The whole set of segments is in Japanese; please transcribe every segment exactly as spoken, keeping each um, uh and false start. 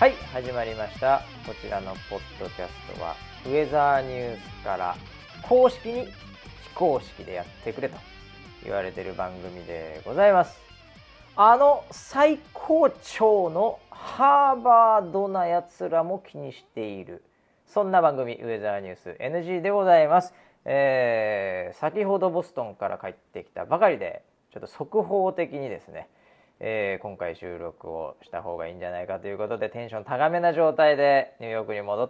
はい、始まりました。こちらのポッドキャストはウェザーニュースから公式に非公式でやってくれと言われている番組でございます。あの最高潮のハーバードなやつらも気にしている、そんな番組ウェザーニュース エヌジー でございます。えー、先ほどボストンから帰ってきたばかりで、ちょっと速報的にですね、えー、今回収録をした方がいいんじゃないかということで、テンション高めな状態でニューヨークに戻って、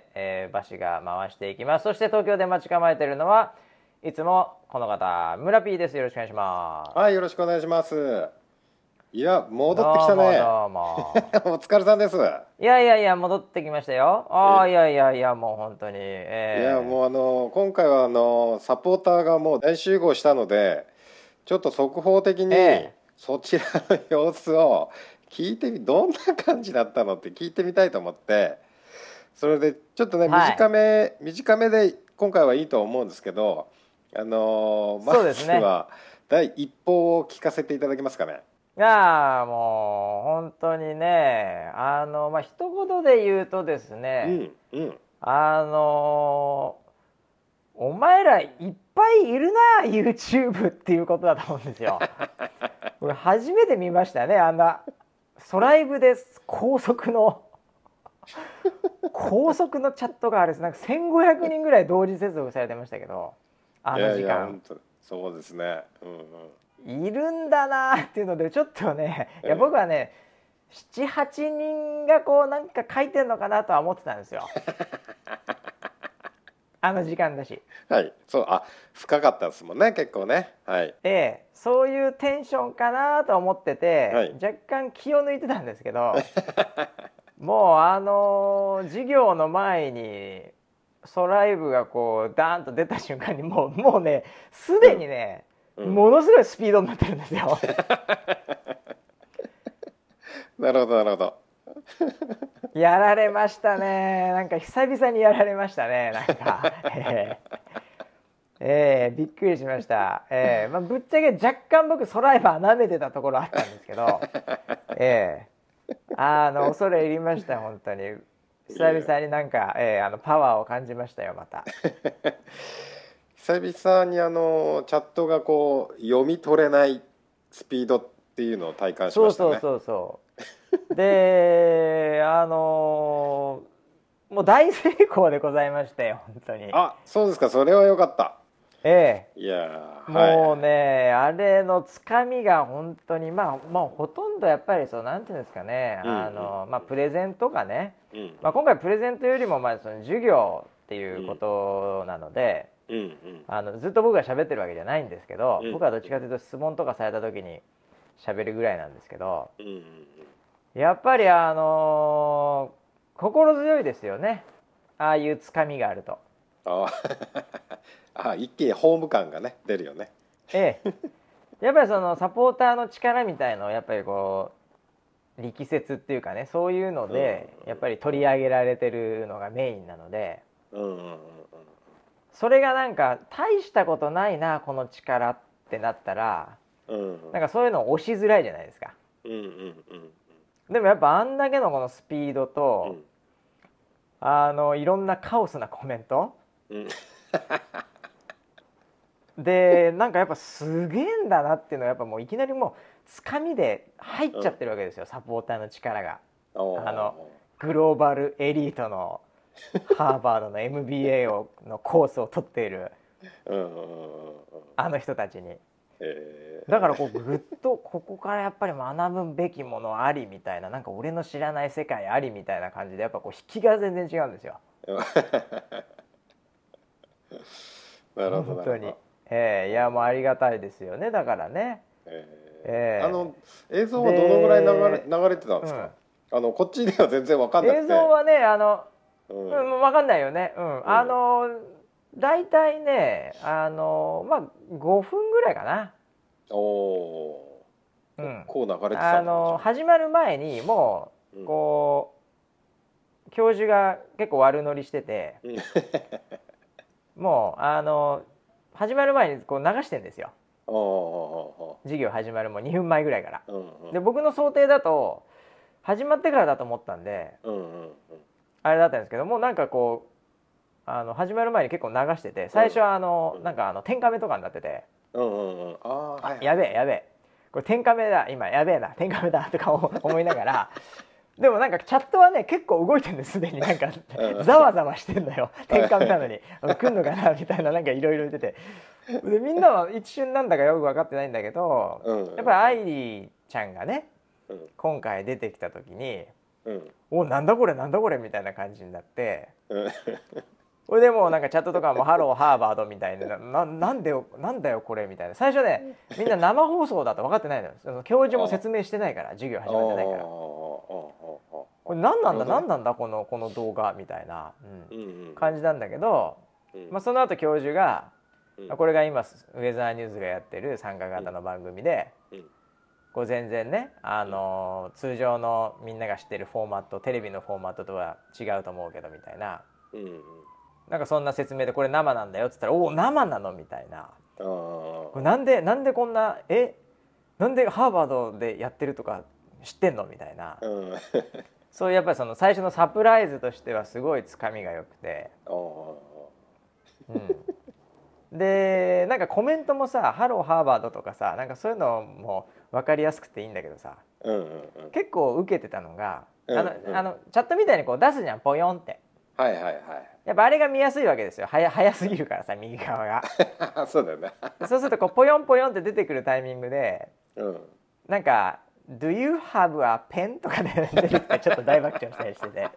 えー、バシが回していきます。そして東京で待ち構えているのはいつもこの方、村 P です。よろしくお願いします。 はい、よろしくお願いします。いや、戻ってきたね。 どうもどうもお疲れさんです。 いやいやいや、戻ってきましたよ。ああ、いやいやいや、もう本当に、えー、 いや、もうあの今回はあのサポーターがもう大集合したので、ちょっと速報的に、 えー、 そちらの様子を聞いてみ、どんな感じだったのって聞いてみたいと思って、それでちょっとね、 はい短め短めで今回はいいと思うんですけど、あのまずそうですね。 は第一報を聞かせていただけますかね。 いやもう本当にね、あのまあ一言で言うとですね、 うんうん。 あのお前らいっぱいいるな YouTube っていうことだと思うんですよ。俺初めて見ましたね、あんなソライブで高速の高速のチャットがあれです。なんかせんごひゃくにんぐらい同時接続されてましたけど、あの時間。いやいや、 本当そうですね。うんうん、いるんだなっていうのでちょっとね、いや僕はね、ななはちにんがこうなんか書いてんのかなとは思ってたんですよ。あの時間だし。 はい、そう、あ、深かったですもんね、結構ね。はい。 で、そういうテンションかなと思ってて、 はい、 若干気を抜いてたんですけど、もうあのー、授業の前にソライブがこうダーンと出た瞬間にもうもうね、すでにね、うんうん、ものすごいスピードになってるんですよ。 なるほどなるほど。 やられましたね。なんか久々にやられましたね。なんか、えーえー、びっくりしました。えーまあ、ぶっちゃけ若干僕ソライバー舐めてたところあったんですけど、えー、あの恐れ入りました。本当に久々になんか、えー、あのパワーを感じましたよ。また久々にあのチャットがこう読み取れないスピードっていうのを体感しましたね。 そうそうそうそうで、あのー、もう大成功でございまして、本当に。 あ、そうですか。それは良かった。 ええ、 いや、 もうね、はい、あれのつかみが本当に、まあ、まあ、ほとんどやっぱりそうなんていうんですかね、うんうん、あのまあ、プレゼントがね、うん、まあ、今回プレゼントよりもまあその授業っていうことなので、うんうん、あのずっと僕が喋ってるわけじゃないんですけど、うん、僕はどっちかというと質問とかされた時に喋るぐらいなんですけど、うんうん、やっぱりあのー、心強いですよね、ああいうつかみがあると。 ああ、一気にホーム感がね出るよね。 ええ、やっぱりそのサポーターの力みたいのをやっぱりこう力説っていうかね、そういうのでやっぱり取り上げられてるのがメインなので、うんうんうんうん、それがなんか大したことないなこの力ってなったら、うんうん、なんかそういうの押しづらいじゃないですか。うんうんうんうん、でもやっぱあんだけのこのスピードと、うん、あのいろんなカオスなコメント、うんでなんかやっぱすげえんだなっていうのはやっぱもういきなりもうつかみで入っちゃってるわけですよ、うん、サポーターの力が。あのグローバルエリートのハーバードの エムビーエー をのコースを取っているあの人たちに、だからこうぐっとここからやっぱり学ぶべきものありみたいな、なんか俺の知らない世界ありみたいな感じでやっぱこう引きが全然違うんですよ。 なるほど、 本当に。えー、いやもうありがたいですよね。だからね、 えーえー、あの映像はどのぐらい流れ、流れてたんですか、うん、あのこっちでは全然分かんなくて。 映像はね、あの、うん、分かんないよね、うんうん、あの大体ね、あのまあごふんぐらいかな。 おお、うん、こう流れてた。 あの始まる前にもうこう、うん、教授が結構悪乗りしててもうあの始まる前にこう流してんですよ、授業始まるもうにふんまえぐらいから、うんうん、で僕の想定だと始まってからだと思ったんで、 うんうんうん、 あれだったんですけども、なんかこうあの始まる前に結構流してて、最初はあの、うん、なんかあの天カメとかになってて、 うんうんうん、ああ、はいはい、 やべえやべえこれ天カメだ今やべえな天カメだとか思いながらでもなんかチャットはね結構動いてるんですすでになんかざわざわしてんだよ天カメなのに来んのかなみたいななんかいろいろ言ってて、でみんなは一瞬なんだかよく分かってないんだけど、うんうん、やっぱりアイリーちゃんがね、うん、今回出てきた時に、うん、おなんだこれなんだこれみたいな感じになって、うんこれでもうなんかチャットとかもハローハーバードみたいな、な, なんでよなんだよこれみたいな、最初ねみんな生放送だと分かってないのよ、その教授も説明してないから、授業始まってないから、これ何なんだ何なんだこのこの動画みたいな、うんうんうん、感じなんだけど、うんまあ、その後教授が、うん、これが今ウェザーニューズがやってる参加型の番組で、うん、こう全然ね、あのー、通常のみんなが知ってるフォーマット、テレビのフォーマットとは違うと思うけどみたいな、うんうん、なんかそんな説明でこれ生なんだよっつったら、おお生なのみたいな、これなんでなんでこんなえなんでハーバードでやってるとか知ってんのみたいな、うん、そういうやっぱりその最初のサプライズとしてはすごいつかみが良くて、うん、でなんかコメントもさハローハーバードとかさ、なんかそういうのも分かりやすくていいんだけどさ、うんうんうん、結構受けてたのが、うんうん、あのあのチャットみたいにこう出すじゃん、ポヨンって。はいはいはい、やっぱあれが見やすいわけですよ、早早すぎるからさ右側がそうだよねそうするとこうポヨンポヨンって出てくるタイミングで、うん、なんか「Do you have a pen?」とかで出てきてちょっと大爆笑したりしてて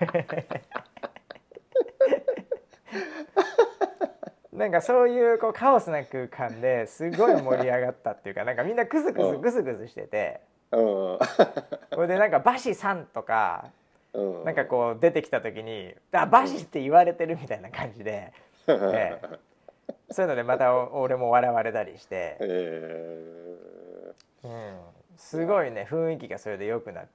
なんかそういうこうカオスな空間ですごい盛り上がったっていうか、なんかみんなクスクスクスクスしてて、うん、これでなんかバシさんとかなんかこう出てきた時に「あバシって言われてる」みたいな感じで、ええ、そういうのでまた俺も笑われたりして、えーうん、すごいね雰囲気がそれで良くなって、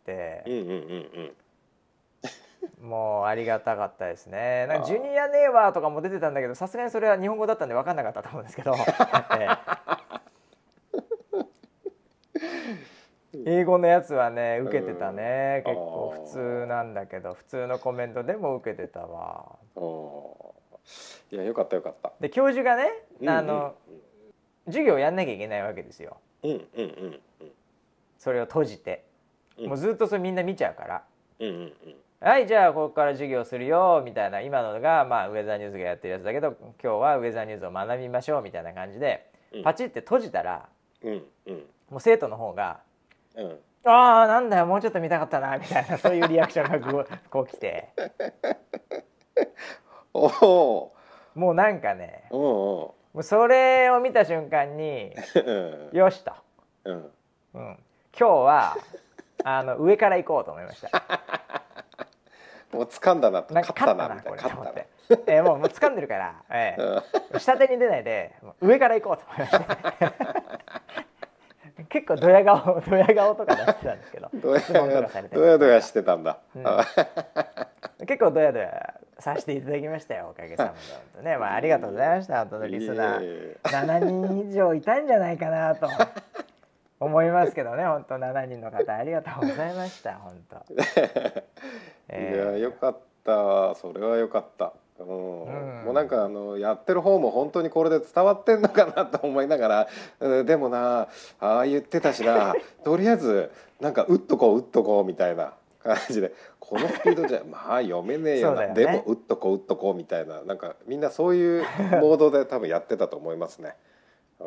うんうんうんうん、もうありがたかったですね。なんかジュニアネイバーとかも出てたんだけど、さすがにそれは日本語だったんで分かんなかったと思うんですけど、ええ、英語のやつはね受けてたね、結構普通なんだけど普通のコメントでも受けてたわ。 いやよかったよかった。で教授がね、うんうん、あの授業やんなきゃいけないわけですよ、うんうんうんうん、それを閉じて、うん、もうずっとそれみんな見ちゃうから、うんうんうん、はいじゃあここから授業するよみたいな、今のが、まあ、ウェザーニューズがやってるやつだけど今日はウェザーニューズを学びましょうみたいな感じで、うん、パチって閉じたら、うんうん、もう生徒の方がうん、ああなんだよもうちょっと見たかったなみたいな、そういうリアクションがこう、こう来ておおもうなんかね、おおもうそれを見た瞬間によしと、うんうん、今日はあの上から行こうと思いましたもう掴んだなと、 なんか勝ったなこれと思って、えー、もうもう掴んでるから、えー、下手に出ないで上から行こうと思いました結構ドヤ顔ドヤ顔とか出してたんですけどドヤドヤしてたんだ、うん、 結構ドヤドヤさせていただきましたよ、おかげさまでね、まあ、ありがとうございました。本当のリスナーななにん以上いたんじゃないかなと思いますけどね、本当しちにんの方ありがとうございました本当えー、いやよかった、それはよかった。うん、もうなんかあのやってる方も本当にこれで伝わってんのかなと思いながら、でもなああ言ってたしなとりあえずなんか打っとこう打っとこうみたいな感じで、このスピードじゃまあ読めねえよな、ね、でも打っとこう打っとこうみたいな、なんかみんなそういうモードで多分やってたと思いますね。うん、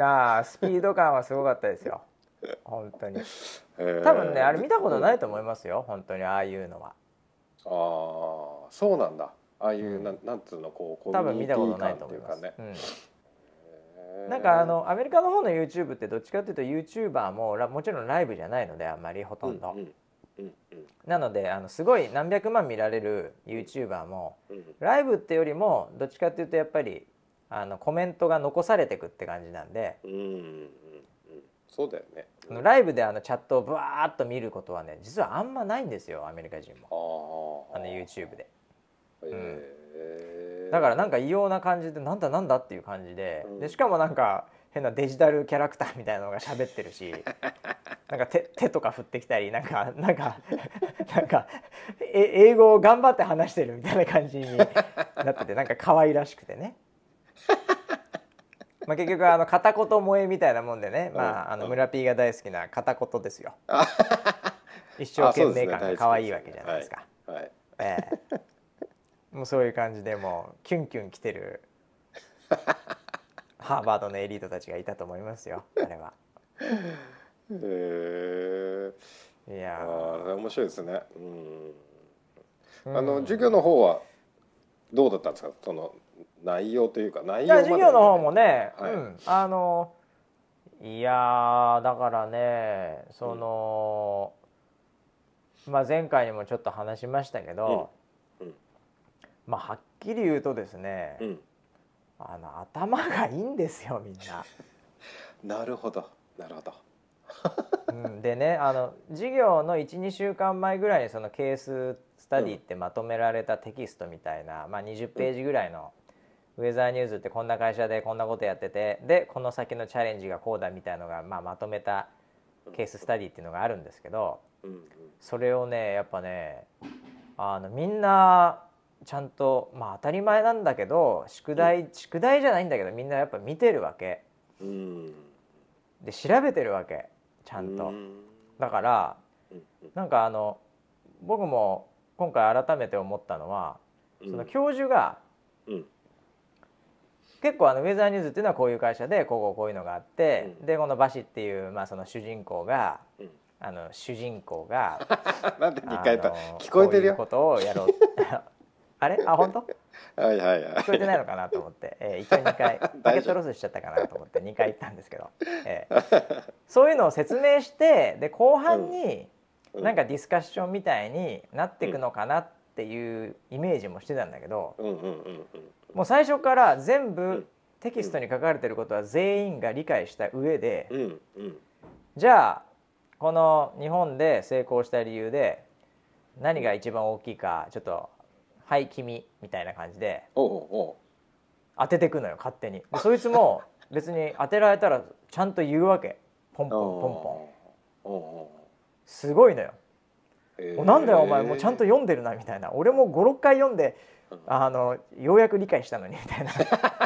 ああスピード感はすごかったですよ本当に、えー、多分ねあれ見たことないと思いますよ本当にああいうのは。 ああそうなんだ、ああいう、うん、な, なんつうのこうコミュニティ感っていうかね、 うん、なんかあのアメリカの方の YouTube ってどっちかっていうと YouTuber ももちろんライブじゃないのであんまりほとんど、うんうんうんうん、なのであのすごい何百万見られる YouTuber も、うん、ライブってよりもどっちかっていうとやっぱりあのコメントが残されてくって感じなんで、うんうんうん、 そうだよね、 うん、ライブであのチャットをブワーッと見ることはね実はあんまないんですよアメリカ人も、あの YouTube で、うん、だからなんか異様な感じでなんだなんだっていう感じで、でしかもなんか変なデジタルキャラクターみたいなのが喋ってるしなんか 手, 手とか振ってきたりなんかなんかなんかえ英語を頑張って話してるみたいな感じになっててなんか可愛らしくてね。まあ結局あの片言萌えみたいなもんでね、まああの村 P が大好きな片言ですよ。一生懸命感が可愛いわけじゃないですか。はいはい、ええ、もうそういう感じでもうキュンキュン来てるハーバードのエリートたちがいたと思いますよあれは。 へえ。 いやー面白いですね。うん。あの授業の方はどうだったんですか。その内容というか内容まで、ね。 いや授業の方もね、はい、うん、あのいやだからねその、うん、まあ前回にもちょっと話しましたけど、うんうん、まあはっきり言うとですね、うん、あの頭がいいんですよみんな。 なるほどなるほど。 うん、でねあの授業の いちにしゅうかんまえぐらいにそのケーススタディってまとめられたテキストみたいな、うんまあ、にじゅっページぐらいの、うん、ウェザーニューズってこんな会社でこんなことやっててでこの先のチャレンジがこうだみたいのが、まあ、まとめたケーススタディっていうのがあるんですけど、うんうん、それをねやっぱねあのみんなちゃんとまあ当たり前なんだけど宿題、うん、宿題じゃないんだけどみんなやっぱ見てるわけ、うん、で調べてるわけちゃんと。だからなんかあの僕も今回改めて思ったのはその教授が結構あのウェザーニューズっていうのはこういう会社でこうこうこういうのがあってでこのバシっていうまあその主人公があの主人公がなんでにかい言った聞こえてるよこういうことをやろうあれあ本当はいはいはい、 聞こえてないのかなと思って、えー、一応にかいパケットロスしちゃったかなと思ってにかい言ったんですけど、えー、そういうのを説明してで後半になんかディスカッションみたいになっていくのかなっていうイメージもしてたんだけど、もう最初から全部テキストに書かれてることは全員が理解した上で、じゃあこの日本で成功した理由で何が一番大きいかちょっとはい君みたいな感じで当ててくのよ勝手に。でそいつも別に当てられたらちゃんと言うわけ。ポンポンポンポンすごいのよ。えー、なんだよお前もうちゃんと読んでるなみたいな。俺もごろっかい読んであのようやく理解したのにみたいな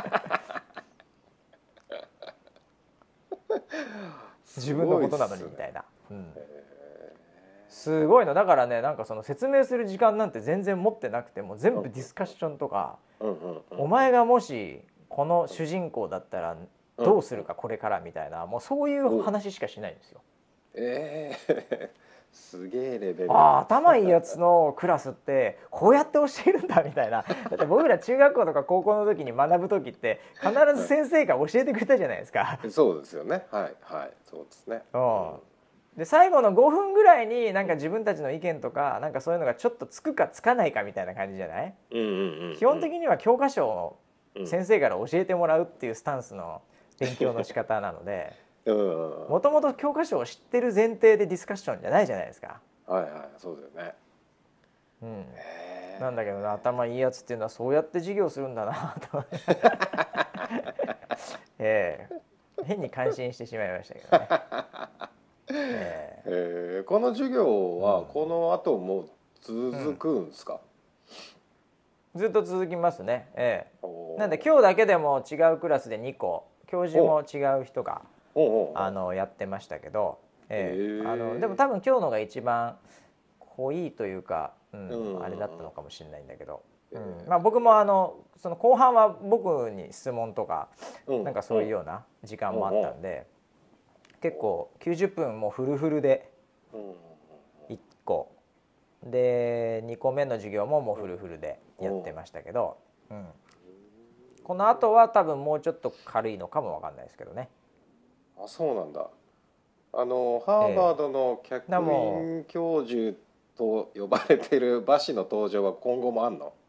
自分のことなのにみたいな。うん、すごいのだからねなんかその説明する時間なんて全然持ってなくても全部ディスカッションとか、うんうんうん、お前がもしこの主人公だったらどうするかこれからみたいなもうそういう話しかしないんですよ。 えー、すげえレベル。 ああ頭いいやつのクラスってこうやって教えるんだみたいな。だって僕ら中学校とか高校の時に学ぶ時って必ず先生が教えてくれたじゃないですか。 そうですよねはいはいそうですね。 うんで最後のごふんぐらいになんか自分たちの意見とかなんかそういうのがちょっとつくかつかないかみたいな感じじゃない、うんうんうんうん、基本的には教科書を先生から教えてもらうっていうスタンスの勉強の仕方なのでもともと教科書を知ってる前提でディスカッションじゃないじゃないですか。 はいはいそうだよね。 うん、なんだけどな頭いいやつっていうのはそうやって授業するんだなと、えー、変に感心してしまいましたけどね。 えーえー、この授業はこの後も続くんですか？ うん、ずっと続きますね、えー、なんで今日だけでも違うクラスでにこ教授も違う人があのやってましたけど、えー、あのでも多分今日のが一番濃いというか、うん、あれだったのかもしれないんだけど、うんまあ、僕もあのその後半は僕に質問とかなんかそういうような時間もあったんで結構きゅうじゅっぷんもうフルフルでいっこでにこめの授業ももうフルフルでやってましたけど、うん、この後は多分もうちょっと軽いのかも分かんないですけどね。 あそうなんだ。あのハーバードの客員教授と呼ばれてるバシの登場は今後もあんの？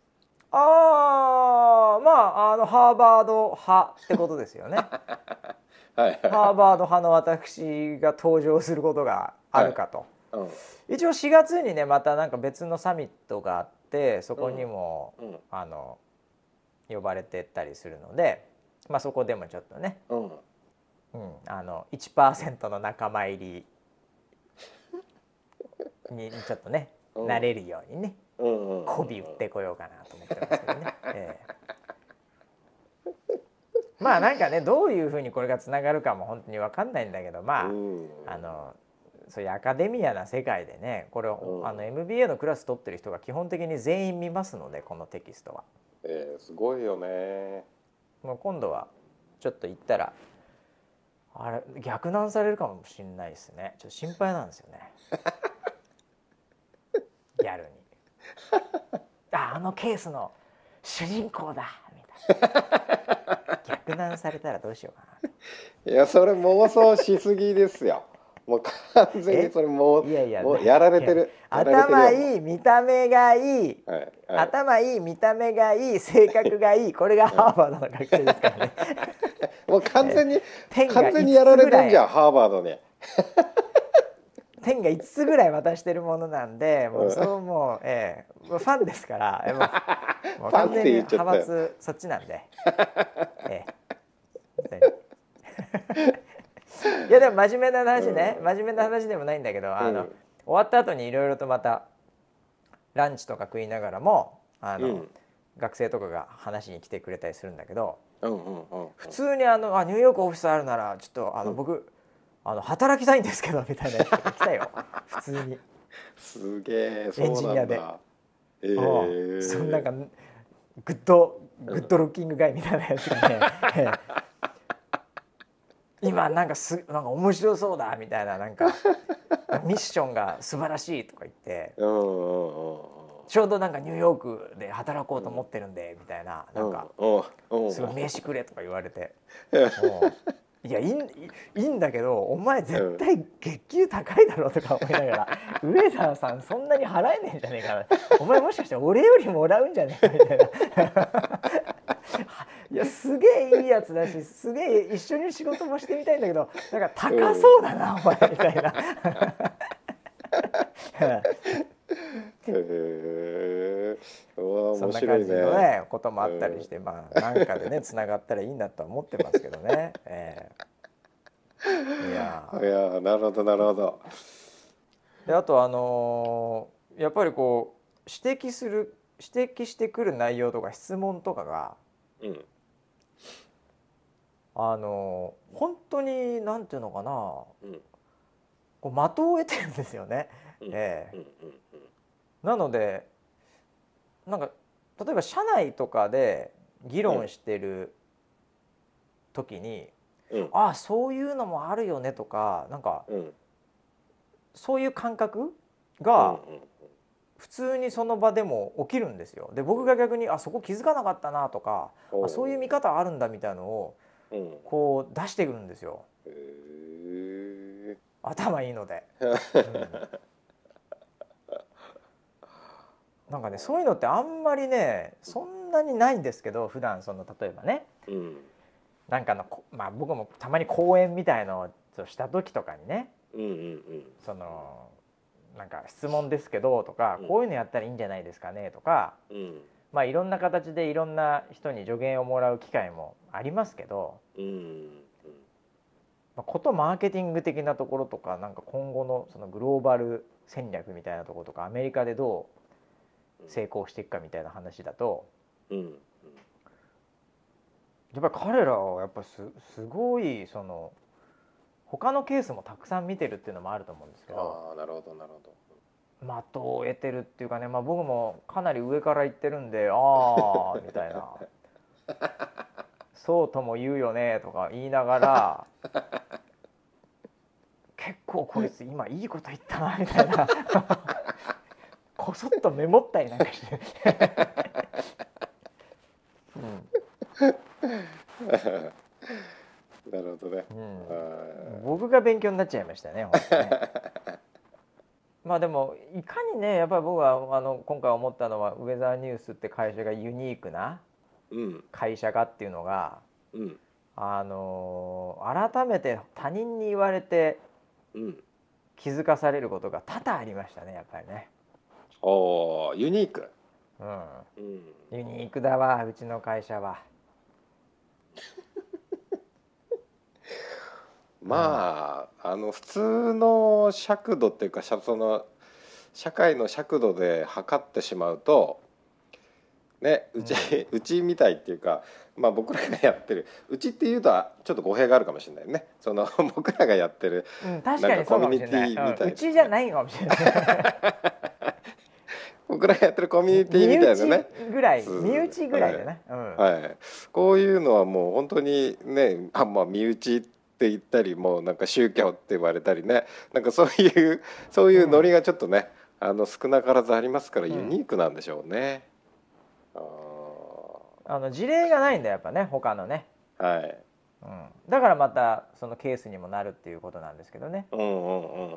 ああまああのハーバード派ってことですよね。はい、ハーバード派の私が登場することがあるかと、はいうん、一応しがつにねまたなんか別のサミットがあってそこにも、うんうん、あの呼ばれてったりするので、まあ、そこでもちょっとね、うんうん、あの いちパーセント の仲間入りにちょっとね、うん、慣れるようにね、うんうん、媚び売ってこようかなと思ってますけどね、えー、まあなんかねどういうふうにこれがつながるかも本当に分かんないんだけど、まあ、うん、あのそういうアカデミアな世界でねこれを、うん、あの エムビーエー のクラス取ってる人が基本的に全員見ますのでこのテキストは、 えー、すごいよね。 もう今度はちょっと行ったらあれ逆難されるかもしれないですね。ちょっと心配なんですよねギャルにああのケースの主人公だみたいな逆難されたらどうしようかな。 いやそれ妄想しすぎですよ。もう完全にそれもう、いやいやもうやられてる。 頭いい見た目がいい、はいはい、頭いい見た目がいい性格がいいこれがハーバードの学生ですからねもう完全に完全にやられてんじゃんハーバードに点がいつつぐらい渡してるものなんでもうそうもう、えー、もうファンですからもうもう完全に派閥そっちなんで、えーいやでも真面目な話ね、うん、真面目な話でもないんだけど、あの、うん、終わった後にいろいろとまたランチとか食いながらもあの、うん、学生とかが話に来てくれたりするんだけど、うんうんうんうん、普通にあのあニューヨークオフィスあるならちょっとあの、うん、僕あの働きたいんですけどみたいなやつが来たよ普通にすげえエンジニアで、 えー、そんなんかグッドグッドルッキングガイみたいなやつがね、えー今なんかすなんか面白そうだみたいななんかミッションが素晴らしいとか言ってちょうどなんかニューヨークで働こうと思ってるんでみたいななんかすごい名刺くれとか言われていやいいいいんだけどお前絶対月給高いだろとか思いながら上澤さんそんなに払えねえんじゃねえかなお前もしかして俺よりもらうんじゃねえかみたいないやすげえいいやつだしすげえ一緒に仕事もしてみたいんだけどなんか高そうだな、うん、お前みたいなへえそんな感じのねこともあったりして、うん、まあなんかでねつながったらいいなとは思ってますけどね、えー、いやいやなるほどなるほど。 であとあのー、やっぱりこう指摘する指摘してくる内容とか質問とかが、うん、あのー、本当になんていうのかな、うん、こう的を得てるんですよね、うんえーうんうんうん、なのでなんか例えば社内とかで議論してる時に、うん、ああそういうのもあるよねとかなんか、うん、そういう感覚が普通にその場でも起きるんですよ。で僕が逆にあそこ気づかなかったなとかあそういう見方あるんだみたいなのをこう出してくるんですよ。へー頭いいので、うんなんかねそういうのってあんまりねそんなにないんですけど普段その例えばね、うん、なんかのまあ僕もたまに講演みたいのをした時とかにね、うんうんうん、そのなんか質問ですけどとか、うん、こういうのやったらいいんじゃないですかねとか、うん、まあいろんな形でいろんな人に助言をもらう機会もありますけど、うんうんまあ、ことマーケティング的なところとかなんか今後のそのグローバル戦略みたいなところとかアメリカでどう成功していくかみたいな話だと、うんうん、やっぱり彼らはやっぱ す, すごいその他のケースもたくさん見てるっていうのもあると思うんですけど、 あなるほどなるほど的を得てるっていうかね、まあ、僕もかなり上から言ってるんでああみたいなそうとも言うよねとか言いながら結構こいつ今いいこと言ったなみたいなこそっとメモったりなんかしてうんなるほどね、 うん、僕が勉強になっちゃいましたね本当ねまあでもいかにねやっぱり僕はあの今回思ったのはウェザーニュースって会社がユニークな会社かっていうのが、うん、あの改めて他人に言われて気づかされることが多々ありましたねやっぱりね。 おーユニーク、 うんうん、ユニークだわうちの会社はまあ、うん、あの普通の尺度っていうかその社会の尺度で測ってしまうとね、うち、うん、うちみたいっていうか、まあ、僕らがやってるうちっていうとちょっと語弊があるかもしれないね。その僕らがやってる、 うん、確かにそうかもしれない。 なんかコミュニティみたいな、 うちじゃないかもしれない僕らがやってるコミュニティみたいなね、 身内ぐらい身内ぐらいだね、 はいはい、こういうのはもう本当にね、あ、まあ、身内って言ったりもうなんか宗教って言われたりね、なんかそういうそういうノリがちょっとね、うん、あの少なからずありますから、ユニークなんでしょうね。 うん、ああの事例がないんだやっぱね、他のね、 はい、 うん、だからまたそのケースにもなるっていうことなんですけどね。 うんうんうんうんうん、うん、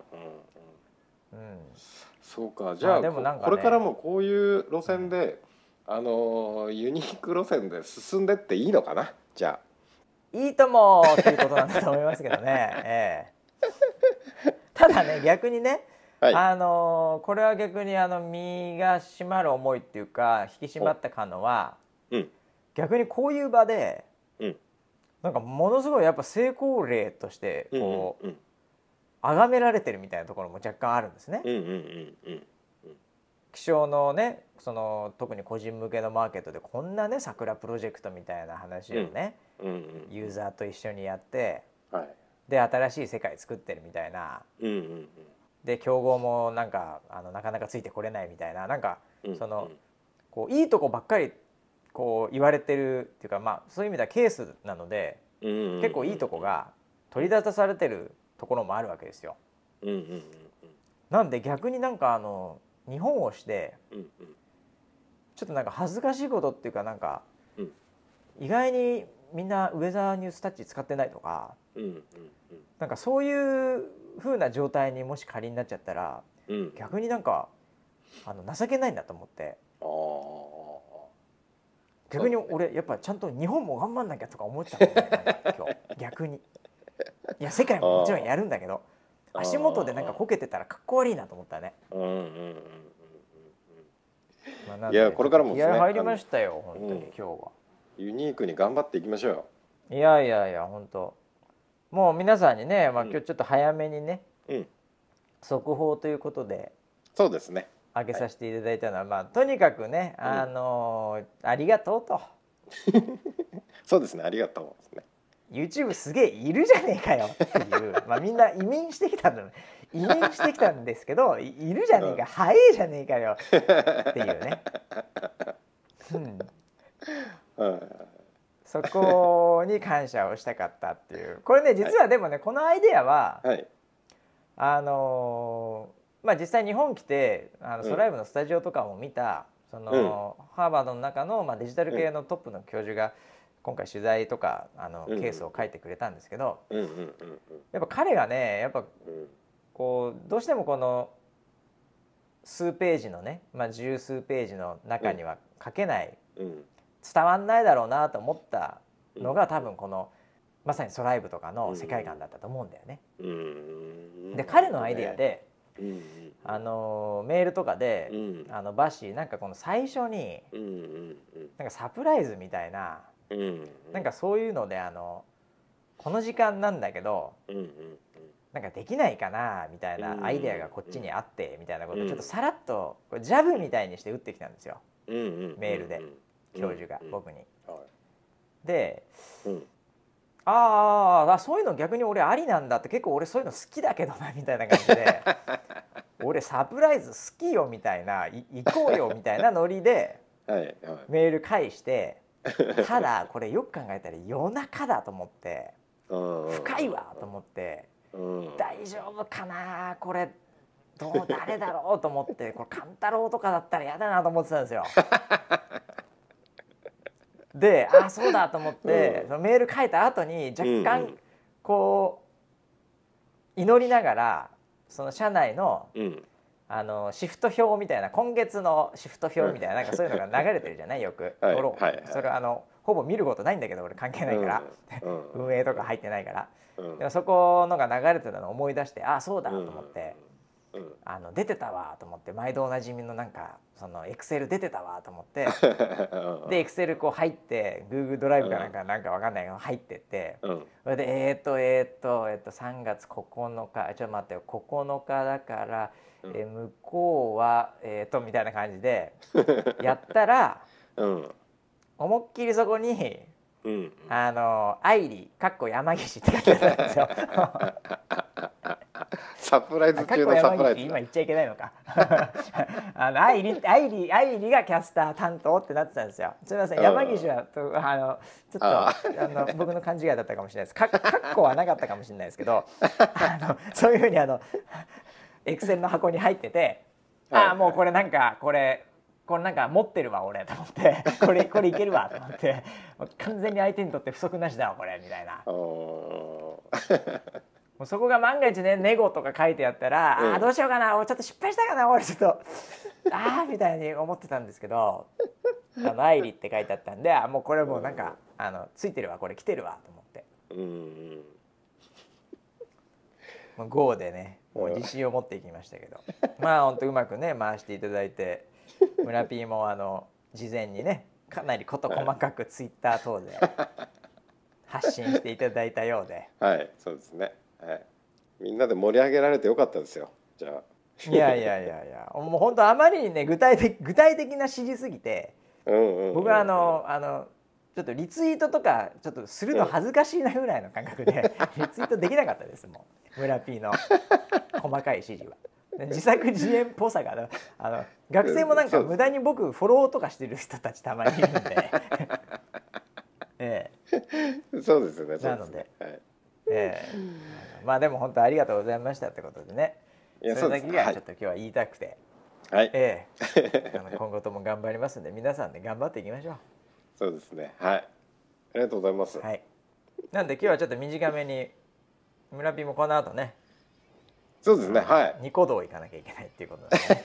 そうか。じゃあ、まあでもなんかね、これからもこういう路線で、うん、あのユニーク路線で進んでっていいのかな。じゃあいいともっていうことなんだと思いますけどね、ええ、ただね逆にね、はい、あのこれは逆にあの身が締まる思いっていうか引き締まった感のは、うん、逆にこういう場で、うん、なんかものすごいやっぱ成功例としてこう、うんうんうん、崇められてるみたいなところも若干あるんですね。うんうんうんうん、気象のね、その特に個人向けのマーケットでこんなね桜プロジェクトみたいな話をね、うんうんうん、ユーザーと一緒にやって、はい、で新しい世界作ってるみたいな、うんうんうん、で競合もなんかあのなかなかついてこれないみたいな、なんかその、うんうん、こういいとこばっかりこう言われてるっていうか、まあそういう意味ではケースなので、うんうんうん、結構いいとこが取り沙汰されてるところもあるわけですよ。うんうんうんうん、なんで逆になんかあの日本をして、うんうん、ちょっとなんか恥ずかしいことっていうかなんか、うん、意外にみんなウェザーニュースタッチ使ってないとか、うんうんうん、なんかそういう風な状態にもし仮になっちゃったら、うん、逆になんかあの情けないんだと思って、あ逆に俺やっぱちゃんと日本も頑張んなきゃとか思っちゃうもんね、なんか今日逆に。いや世界ももちろんやるんだけど、足元でなんかこけてたらかっこ悪いなと思ったね。うんうんうんうん、まあ、いやこれからもですね、気合入りましたよ本当に、うん、今日はユニークに頑張っていきましょうよ。 いやいやいや本当もう皆さんにね、まあ、今日ちょっと早めにね、うん、速報ということでそうですね開けさせていただいたのは、はい、まあとにかくね、うん、あのー、ありがとうとそうですね、ありがとうですね。 YouTube すげえいるじゃねえかよっていうまあみんな移民してきたんだ移民してきたんですけど い, いるじゃねえか、うん、早えじゃねえかよっていうね、うんうん、そこに感謝をしたかったっていう。これね実はでもね、はい、このアイデアは、はい、あのー、まあ実際日本来てあのソライブのスタジオとかも見た、うん、その、うん、ハーバードの中の、まあ、デジタル系のトップの教授が今回取材とかあのケースを書いてくれたんですけど、やっぱ彼がねやっぱこうどうしてもこの数ページのね、まあ、十数ページの中には書けない、うん、伝わんないだろうなと思ったのが多分このまさにソライブとかの世界観だったと思うんだよね。うん、で彼のアイデアで、うん、あのメールとかで、うん、あのバッシーなんかこの最初に、うん、なんかサプライズみたいな、うん、なんかそういうのであのこの時間なんだけど、うんうんうん、なんかできないかなみたいなアイデアがこっちにあってみたいなことをちょっとさらっとジャブみたいにして打ってきたんですよ、うんうん、メールで教授が僕に、うんうん、で、うん、ああそういうの逆に俺ありなんだって、結構俺そういうの好きだけどなみたいな感じで俺サプライズ好きよみたいな、い行こうよみたいなノリでメール返してただこれよく考えたら夜中だと思って深いわと思って大丈夫かなこれどう誰だろうと思ってこれ勘太郎とかだったら嫌だなと思ってたんですよ。であそうだと思ってそのメール書いた後に若干こう祈りながらその社内のあのシフト表みたいな今月のシフト表みたいななんかそういうのが流れてるじゃないよく、はいはいはい、それはあのほぼ見ることないんだけど俺関係ないから、うん、運営とか入ってないから、うん、でもそこのが流れてたのを思い出してあそうだと思って、 うん、 あの出てたわと思って、毎度おなじみのなんかそのエクセル出てたわと思ってでエクセルこう入って Google ドライブかなんか、うん、なんかわかんないけど入ってって、うん、それでえー、っとえー、っとえー、っとさんがつここのか、ちょっと待ってよ、ここのかだから、うん、え向こうはえー、っとみたいな感じでやったら、うん、思いっきりそこに、うん、あの愛理かっこ山岸って書いてあったんですよサプライズ中のサプライズ。 今言っちゃいけないのかあの愛理愛理愛理がキャスター担当ってなってたんですよ。すみません、山岸はとあのちょっとああの僕の勘違いだったかもしれないです。かっこはなかったかもしれないですけどあのそういうふうにあのエクセルの箱に入ってて、はい、ああもうこれなんかこれこれなんか持ってるわ俺と思ってこれこれいけるわと思って完全に相手にとって不足なしだわこれみたいなもうそこが万が一ねネゴとか書いてあったら、うん、あどうしようかな、ちょっと失敗したかな俺ちょっとああみたいに思ってたんですけど、あの愛理って書いてあったんで、あもうこれもうなんか、うん、あのついてるわこれ来てるわと思って、うん、もう ゴー でねもう自信を持っていきましたけどまあほんとうまくね回していただいて、村 P もあの事前にねかなり事細かくツイッター等で発信していただいたようではいそうですね、はい、みんなで盛り上げられてよかったですよ。じゃあいやいやいやいやもう本当あまりにね具体的具体的な指示すぎて、うんうんうんうん、僕はあのあのちょっとリツイートとかちょっとするの恥ずかしいなぐらいの感覚で、うん、リツイートできなかったですもん村 P の細かい指示は。自作自演っぽさがあの学生もなんか無駄に僕フォローとかしてる人たちたまにいるんでええ、そうですよね。 なので、はい、ええ、まあでも本当ありがとうございましたってことでね、いやそれだけがちょっと今日は言いたくて、はい、ええ、あの今後とも頑張りますんで皆さんで頑張っていきましょう。 そうですね、はい、ありがとうございます。 はい、なんで今日はちょっと短めに村 P もこの後ね、 そうですね、はい、 ニコ動行かなきゃいけないっていうことなんで、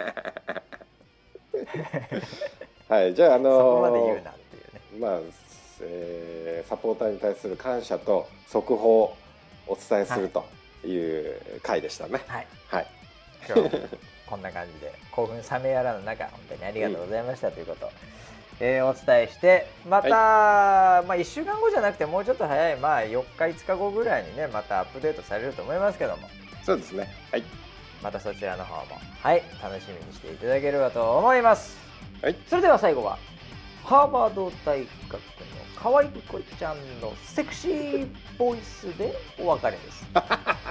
ね、はい、じゃああのー、 そこまで言うなっていうね、 まあ、えー、サポーターに対する感謝と速報をお伝えするという回でしたね。 はい、 はい、 今日はこんな感じで興奮冷めやらぬ中本当にありがとうございましたということを、うん、えー、お伝えしてまた、はい、まあ、いっしゅうかんごじゃなくてもうちょっと早い、まあ、よっかいつかごぐらいにねまたアップデートされると思いますけども、 そうですね、はい、 またそちらの方も、はい、楽しみにしていただければと思います。 はい、 それでは最後はハーバード大学の河合莉子ちゃんのセクシーボイスでお別れです。